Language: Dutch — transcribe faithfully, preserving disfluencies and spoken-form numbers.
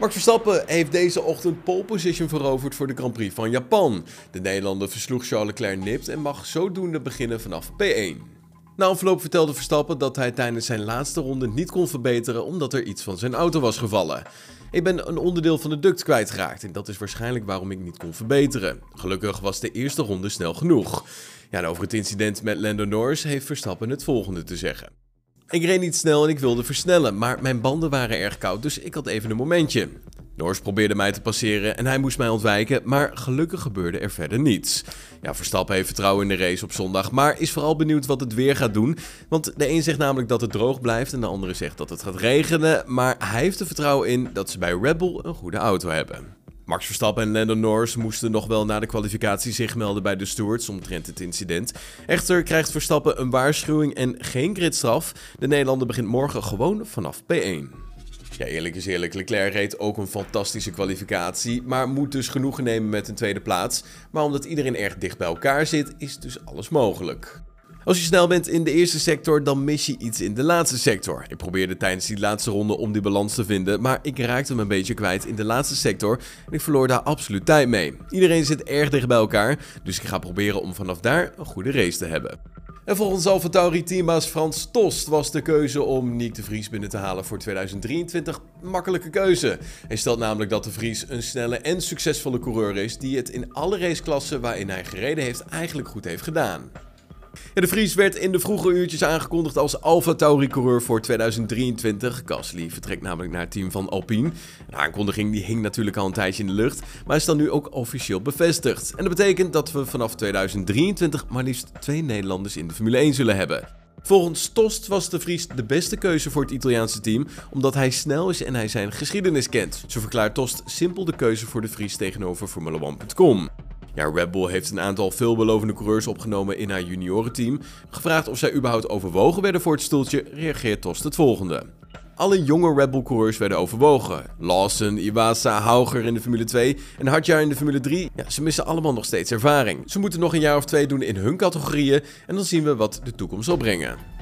Max Verstappen heeft deze ochtend pole position veroverd voor de Grand Prix van Japan. De Nederlander versloeg Charles Leclerc nipt en mag zodoende beginnen vanaf P één. Na afloop vertelde Verstappen dat hij tijdens zijn laatste ronde niet kon verbeteren omdat er iets van zijn auto was gevallen. Ik ben een onderdeel van de duct kwijtgeraakt en dat is waarschijnlijk waarom ik niet kon verbeteren. Gelukkig was de eerste ronde snel genoeg. Ja, en over het incident met Lando Norris heeft Verstappen het volgende te zeggen. Ik reed niet snel en ik wilde versnellen, maar mijn banden waren erg koud, dus ik had even een momentje. Norris probeerde mij te passeren en hij moest mij ontwijken, maar gelukkig gebeurde er verder niets. Ja, Verstappen heeft vertrouwen in de race op zondag, maar is vooral benieuwd wat het weer gaat doen. Want de een zegt namelijk dat het droog blijft en de andere zegt dat het gaat regenen, maar hij heeft er vertrouwen in dat ze bij Red Bull een goede auto hebben. Max Verstappen en Lando Norris moesten nog wel na de kwalificatie zich melden bij de stewards omtrent het incident. Echter krijgt Verstappen een waarschuwing en geen gridstraf. De Nederlander begint morgen gewoon vanaf P één. Ja, eerlijk is eerlijk, Leclerc reed ook een fantastische kwalificatie, maar moet dus genoegen nemen met een tweede plaats. Maar omdat iedereen erg dicht bij elkaar zit, is dus alles mogelijk. Als je snel bent in de eerste sector, dan mis je iets in de laatste sector. Ik probeerde tijdens die laatste ronde om die balans te vinden, maar ik raakte hem een beetje kwijt in de laatste sector en ik verloor daar absoluut tijd mee. Iedereen zit erg dicht bij elkaar, dus ik ga proberen om vanaf daar een goede race te hebben. En volgens AlphaTauri teambaas Frans Tost was de keuze om Nyck de Vries binnen te halen voor tweeduizend drieëntwintig een makkelijke keuze. Hij stelt namelijk dat de Vries een snelle en succesvolle coureur is die het in alle raceklassen waarin hij gereden heeft eigenlijk goed heeft gedaan. Ja, de Vries werd in de vroege uurtjes aangekondigd als AlphaTauri-coureur voor tweeduizend drieëntwintig. Gasly vertrekt namelijk naar het team van Alpine. De aankondiging die hing natuurlijk al een tijdje in de lucht, maar is dan nu ook officieel bevestigd. En dat betekent dat we vanaf tweeduizend drieëntwintig maar liefst twee Nederlanders in de Formule één zullen hebben. Volgens Tost was de Vries de beste keuze voor het Italiaanse team, omdat hij snel is en hij zijn geschiedenis kent. Zo verklaart Tost simpel de keuze voor de Vries tegenover Formula één punt com. Ja, Red Bull heeft een aantal veelbelovende coureurs opgenomen in haar juniorenteam. Gevraagd of zij überhaupt overwogen werden voor het stoeltje, reageert Tost het volgende. Alle jonge Red Bull coureurs werden overwogen. Lawson, Iwasa, Hauger in de Formule twee en Hadjar in de Formule drie. Ja, ze missen allemaal nog steeds ervaring. Ze moeten nog een jaar of twee doen in hun categorieën en dan zien we wat de toekomst zal brengen.